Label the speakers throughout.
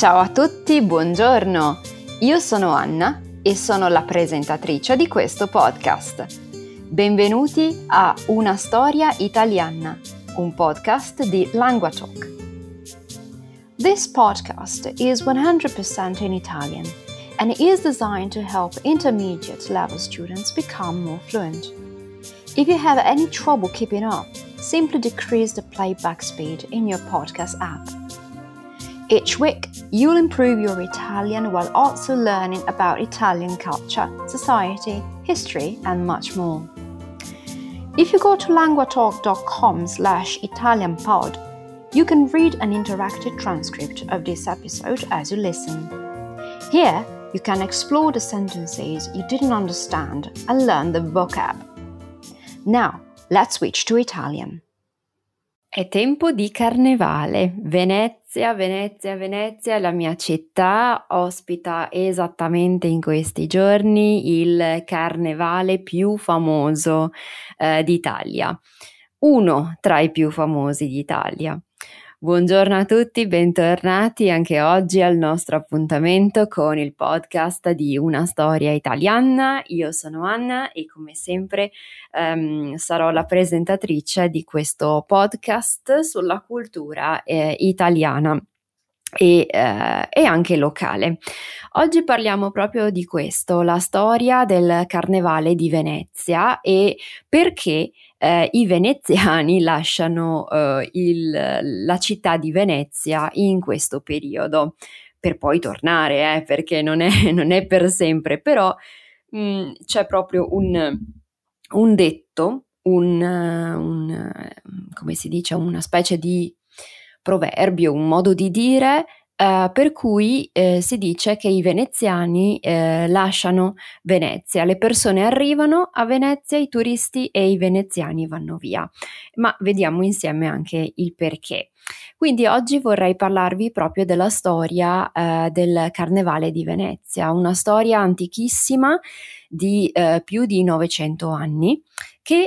Speaker 1: Ciao a tutti, buongiorno! Io sono Anna e sono la presentatrice di questo podcast. Benvenuti a Una storia italiana, un podcast di LanguaTalk. This podcast is 100% in Italian and it is designed to help intermediate level students become more fluent. If you have any trouble keeping up, simply decrease the playback speed in your podcast app. Each week, you'll improve your Italian while also learning about Italian culture, society, history, and much more. If you go to languatalk.com/ItalianPod, you can read an interactive transcript of this episode as you listen. Here, you can explore the sentences you didn't understand and learn the vocab. Now, let's switch to Italian. È tempo di carnevale. Venezia, la mia città, ospita esattamente in questi giorni il carnevale più famoso d'Italia. Uno tra i più famosi d'Italia. Buongiorno a tutti, bentornati anche oggi al nostro appuntamento con il podcast di Una storia italiana. Io sono Anna e come sempre sarò la presentatrice di questo podcast sulla cultura italiana e anche locale. Oggi parliamo proprio di questo, la storia del Carnevale di Venezia e perché i veneziani lasciano la città di Venezia in questo periodo, per poi tornare, perché non è per sempre, però c'è proprio un detto, come si dice, una specie di proverbio, un modo di dire per cui si dice che i veneziani lasciano Venezia, le persone arrivano a Venezia, i turisti e i veneziani vanno via, ma vediamo insieme anche il perché. Quindi oggi vorrei parlarvi proprio della storia del Carnevale di Venezia, una storia antichissima di più di 900 anni che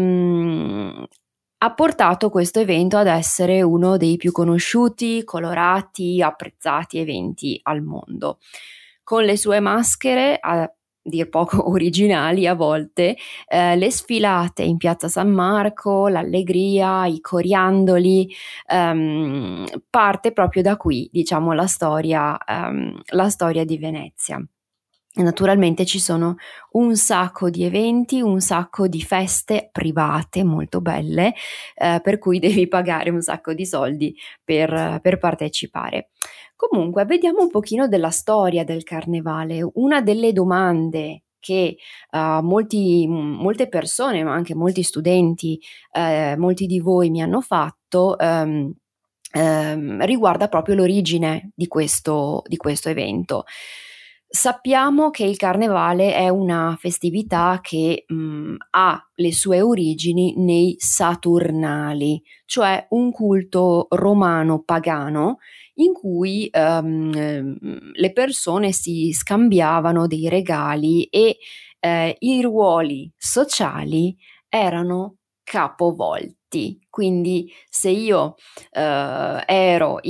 Speaker 1: ha portato questo evento ad essere uno dei più conosciuti, colorati, apprezzati eventi al mondo. Con le sue maschere, a dir poco originali a volte, le sfilate in Piazza San Marco, l'allegria, i coriandoli, parte proprio da qui, diciamo, la storia di Venezia. Naturalmente ci sono un sacco di eventi, un sacco di feste private molto belle, per cui devi pagare un sacco di soldi per partecipare. Comunque, vediamo un pochino della storia del carnevale. Una delle domande che molte persone, ma anche molti studenti, molti di voi mi hanno fatto, riguarda proprio l'origine di questo evento. Sappiamo che il carnevale è una festività che ha le sue origini nei Saturnali, cioè un culto romano pagano in cui le persone si scambiavano dei regali e i ruoli sociali erano capovolti. Quindi se io ero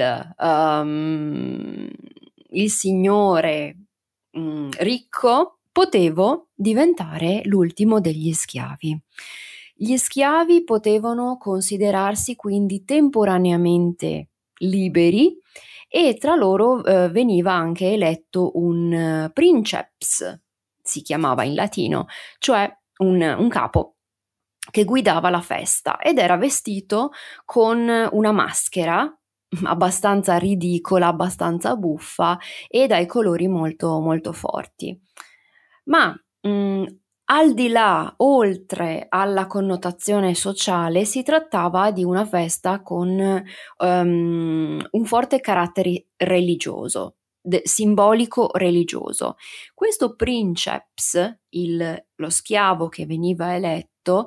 Speaker 1: il signore ricco, potevo diventare l'ultimo degli schiavi. Gli schiavi potevano considerarsi quindi temporaneamente liberi e tra loro veniva anche eletto un princeps, si chiamava in latino, cioè un capo che guidava la festa ed era vestito con una maschera abbastanza ridicola, abbastanza buffa e dai colori molto molto forti. Ma al di là, oltre alla connotazione sociale, si trattava di una festa con un forte carattere religioso, simbolico religioso. Questo princeps, lo schiavo che veniva eletto,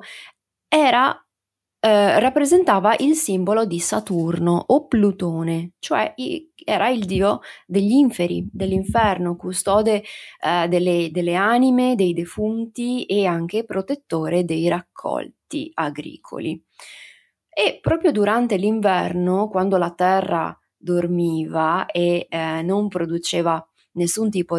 Speaker 1: rappresentava il simbolo di Saturno o Plutone, cioè era il dio degli inferi, dell'inferno, custode delle anime, dei defunti e anche protettore dei raccolti agricoli. E proprio durante l'inverno, quando la terra dormiva e non produceva nessun tipo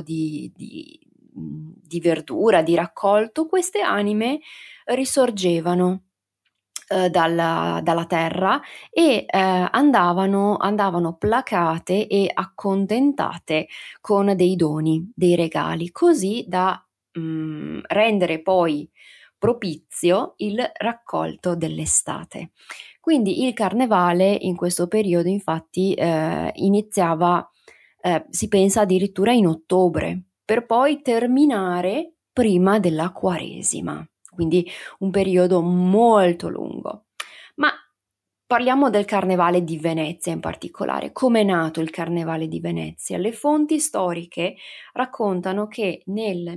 Speaker 1: di verdura, di raccolto, queste anime risorgevano dalla terra e andavano placate e accontentate con dei doni, dei regali, così da rendere poi propizio il raccolto dell'estate. Quindi il carnevale in questo periodo infatti iniziava, si pensa addirittura in ottobre, per poi terminare prima della Quaresima, quindi un periodo molto lungo. Ma parliamo del Carnevale di Venezia in particolare. Come è nato il Carnevale di Venezia? Le fonti storiche raccontano che nel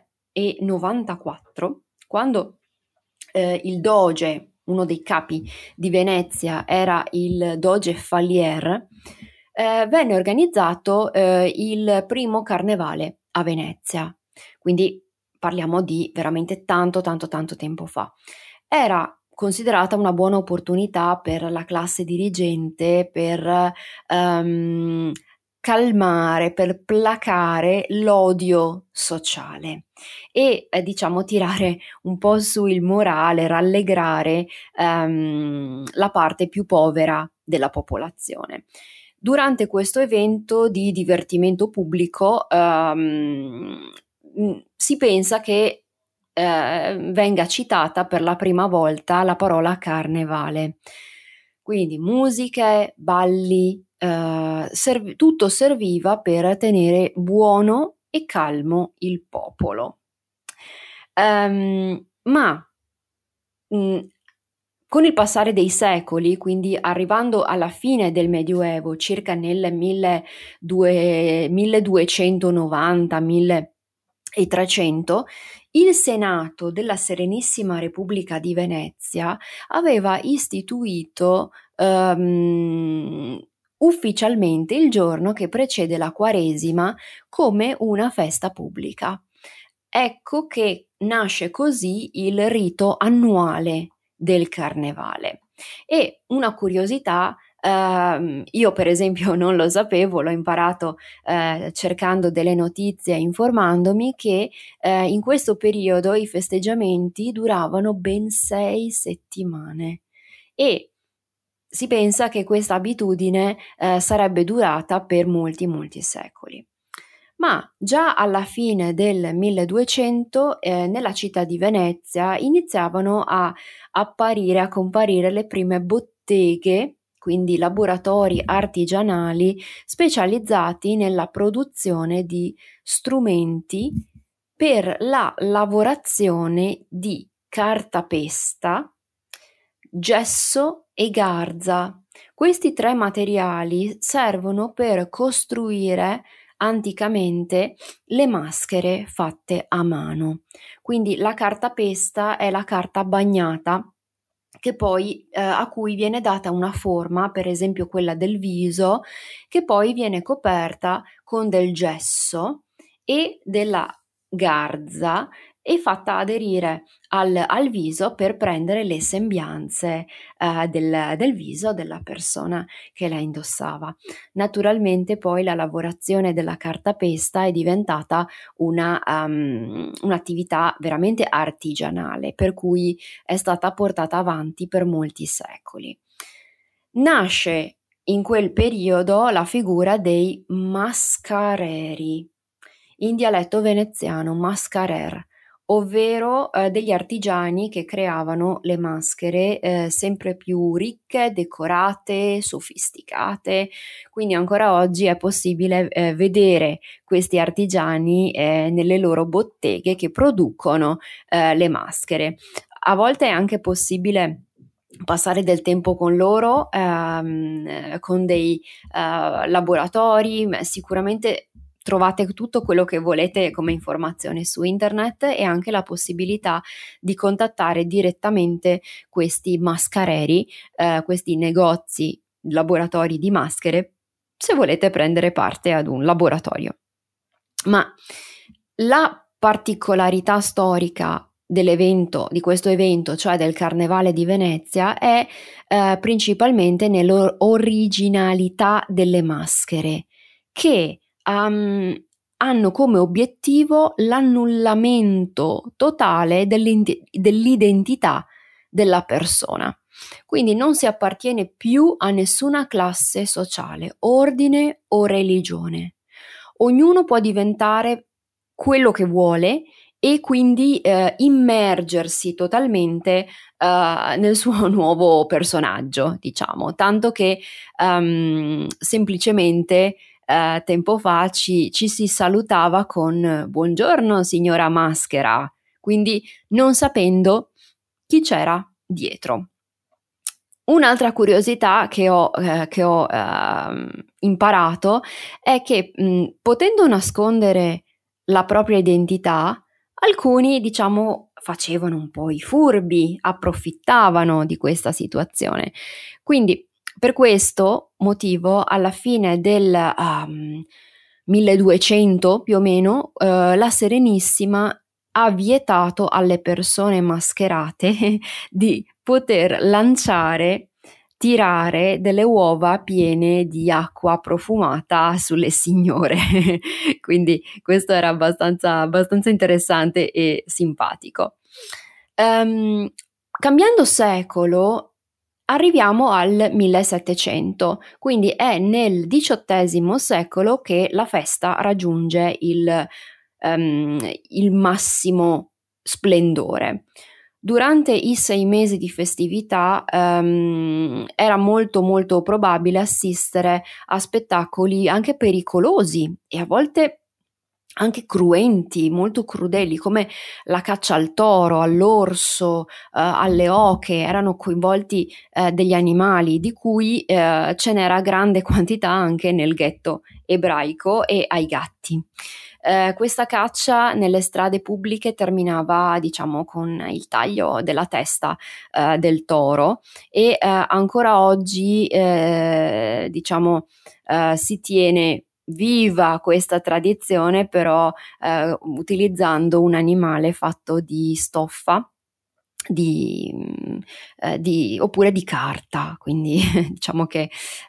Speaker 1: 1094, quando il doge, uno dei capi di Venezia, era il doge Falier, venne organizzato il primo carnevale a Venezia. Quindi parliamo di veramente tanto tempo fa. Era considerata una buona opportunità per la classe dirigente per calmare, per placare l'odio sociale e diciamo tirare un po' su il morale, rallegrare la parte più povera della popolazione. Durante questo evento di divertimento pubblico si pensa che venga citata per la prima volta la parola carnevale. Quindi musiche, balli, tutto serviva per tenere buono e calmo il popolo. Ma con il passare dei secoli, quindi arrivando alla fine del Medioevo, circa nel 1290-1300, il Senato della Serenissima Repubblica di Venezia aveva istituito ufficialmente il giorno che precede la Quaresima come una festa pubblica. Ecco che nasce così il rito annuale del carnevale. E una curiosità, io per esempio non lo sapevo, l'ho imparato cercando delle notizie e informandomi, che in questo periodo i festeggiamenti duravano ben 6 settimane e si pensa che questa abitudine sarebbe durata per molti secoli. Ma già alla fine del 1200 nella città di Venezia iniziavano a comparire le prime botteghe, quindi laboratori artigianali specializzati nella produzione di strumenti per la lavorazione di cartapesta, gesso e garza. Questi tre materiali servono per costruire anticamente le maschere fatte a mano. Quindi la cartapesta è la carta bagnata che poi a cui viene data una forma, per esempio quella del viso, che poi viene coperta con del gesso e della garza e fatta aderire al viso per prendere le sembianze del viso della persona che la indossava. Naturalmente poi la lavorazione della cartapesta è diventata un'attività veramente artigianale, per cui è stata portata avanti per molti secoli. Nasce in quel periodo la figura dei mascareri, in dialetto veneziano mascarer, ovvero degli artigiani che creavano le maschere sempre più ricche, decorate, sofisticate. Quindi ancora oggi è possibile vedere questi artigiani nelle loro botteghe che producono le maschere. A volte è anche possibile passare del tempo con loro, con dei laboratori. Sicuramente trovate tutto quello che volete come informazione su internet e anche la possibilità di contattare direttamente questi mascareri, questi negozi, laboratori di maschere, se volete prendere parte ad un laboratorio. Ma la particolarità storica di questo evento, cioè del Carnevale di Venezia, è principalmente nell'originalità delle maschere, che hanno come obiettivo l'annullamento totale dell'identità della persona. Quindi non si appartiene più a nessuna classe sociale, ordine o religione. Ognuno può diventare quello che vuole e quindi immergersi totalmente nel suo nuovo personaggio, diciamo, tanto che semplicemente tempo fa ci si salutava con buongiorno signora Maschera, quindi non sapendo chi c'era dietro. Un'altra curiosità che ho imparato è che potendo nascondere la propria identità, alcuni, diciamo, facevano un po' i furbi, approfittavano di questa situazione. Quindi, per questo motivo, alla fine del 1200 più o meno, la Serenissima ha vietato alle persone mascherate di poter tirare delle uova piene di acqua profumata sulle signore. Quindi questo era abbastanza interessante e simpatico. Cambiando secolo, arriviamo al 1700, quindi è nel XVIII secolo che la festa raggiunge il massimo splendore. Durante i 6 mesi di festività era molto molto probabile assistere a spettacoli anche pericolosi e a volte anche cruenti, molto crudeli, come la caccia al toro, all'orso, alle oche. Erano coinvolti degli animali di cui ce n'era grande quantità anche nel ghetto ebraico e ai gatti. Questa caccia nelle strade pubbliche terminava, diciamo, con il taglio della testa del toro e ancora oggi, diciamo, si tiene viva questa tradizione, però utilizzando un animale fatto di stoffa oppure di carta, quindi diciamo che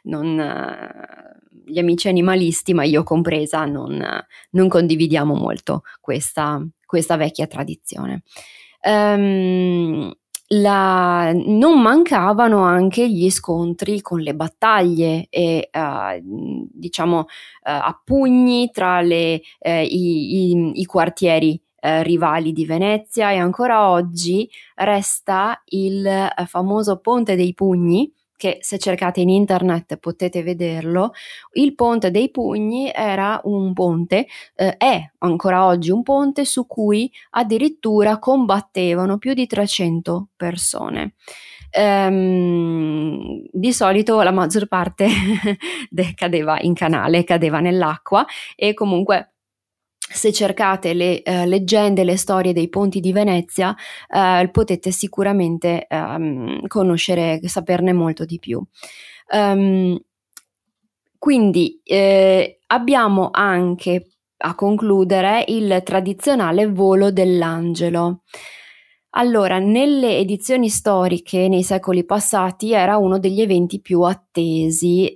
Speaker 1: gli amici animalisti, ma io compresa, non condividiamo molto questa vecchia tradizione. Non mancavano anche gli scontri con le battaglie e diciamo a pugni tra i quartieri rivali di Venezia, e ancora oggi resta il famoso Ponte dei Pugni, che se cercate in internet potete vederlo. Il Ponte dei Pugni era un ponte, è ancora oggi un ponte su cui addirittura combattevano più di 300 persone. Di solito la maggior parte cadeva in canale, cadeva nell'acqua, e comunque se cercate le leggende, le storie dei ponti di Venezia, potete sicuramente conoscere, saperne molto di più. Quindi abbiamo anche, a concludere, il tradizionale volo dell'angelo. Allora, nelle edizioni storiche nei secoli passati era uno degli eventi più attesi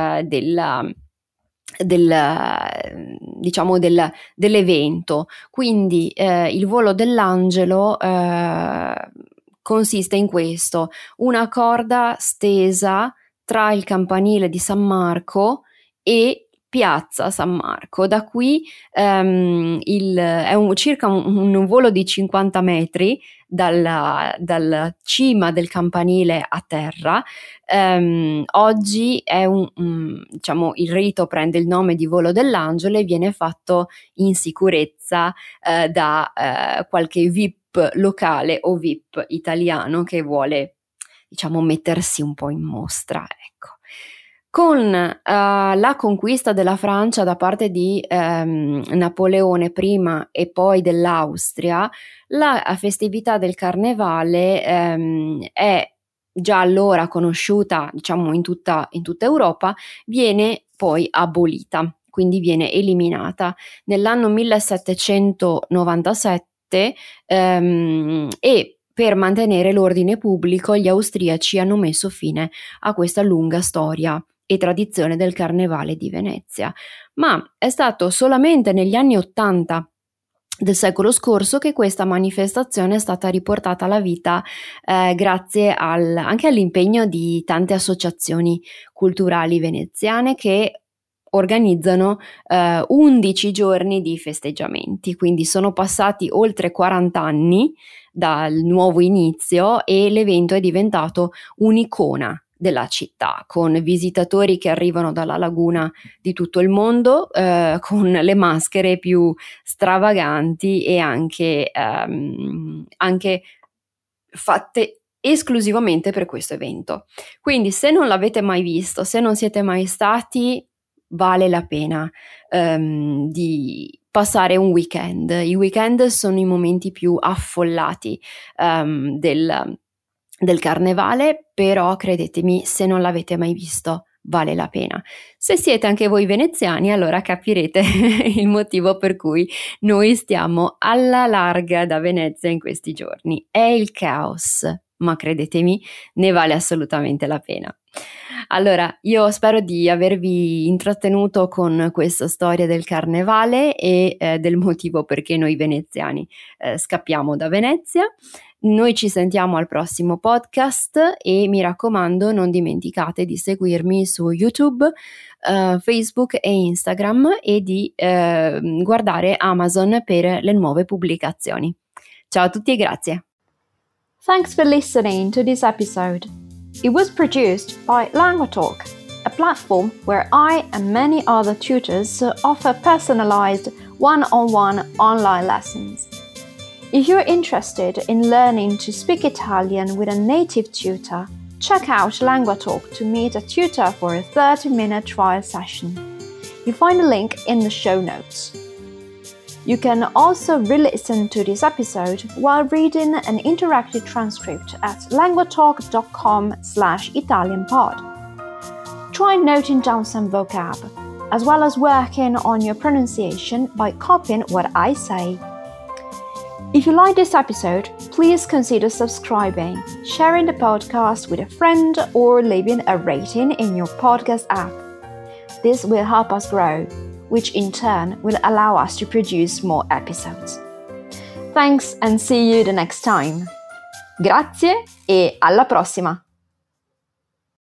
Speaker 1: dell'evento. Quindi il volo dell'angelo consiste in questo: una corda stesa tra il campanile di San Marco e Piazza San Marco. Da qui è circa un volo di 50 metri dalla cima del campanile a terra. Oggi è diciamo, il rito prende il nome di volo dell'angelo e viene fatto in sicurezza da qualche VIP locale o VIP italiano che vuole, diciamo, mettersi un po' in mostra, ecco. Con la conquista della Francia da parte di Napoleone prima e poi dell'Austria, la festività del Carnevale è già allora conosciuta, diciamo, in tutta Europa, viene poi abolita, quindi viene eliminata. Nell'anno 1797 fatte e per mantenere l'ordine pubblico gli austriaci hanno messo fine a questa lunga storia e tradizione del Carnevale di Venezia. Ma è stato solamente negli anni '80 del secolo scorso che questa manifestazione è stata riportata alla vita grazie anche all'impegno di tante associazioni culturali veneziane che organizzano 11 giorni di festeggiamenti, quindi sono passati oltre 40 anni dal nuovo inizio e l'evento è diventato un'icona della città, con visitatori che arrivano dalla laguna di tutto il mondo, con le maschere più stravaganti e anche fatte esclusivamente per questo evento. Quindi se non l'avete mai visto, se non siete mai stati, vale la pena di passare un weekend. I weekend sono i momenti più affollati del carnevale, però credetemi, se non l'avete mai visto, vale la pena. Se siete anche voi veneziani, allora capirete il motivo per cui noi stiamo alla larga da Venezia in questi giorni. È il caos, ma credetemi, ne vale assolutamente la pena. Allora, io spero di avervi intrattenuto con questa storia del carnevale e del motivo perché noi veneziani scappiamo da Venezia. Noi ci sentiamo al prossimo podcast e mi raccomando, non dimenticate di seguirmi su YouTube, Facebook e Instagram e di guardare Amazon per le nuove pubblicazioni. Ciao a tutti e grazie. Thanks for listening to this episode. It was produced by LanguaTalk, a platform where I and many other tutors offer personalized one-on-one online lessons. If you're interested in learning to speak Italian with a native tutor, check out LanguaTalk to meet a tutor for a 30-minute trial session. You'll find a link in the show notes. You can also re-listen to this episode while reading an interactive transcript at languatalk.com/ItalianPod. Try noting down some vocab, as well as working on your pronunciation by copying what I say. If you like this episode, please consider subscribing, sharing the podcast with a friend, or leaving a rating in your podcast app. This will help us grow, which in turn will allow us to produce more episodes. Thanks and see you the next time. Grazie e alla prossima!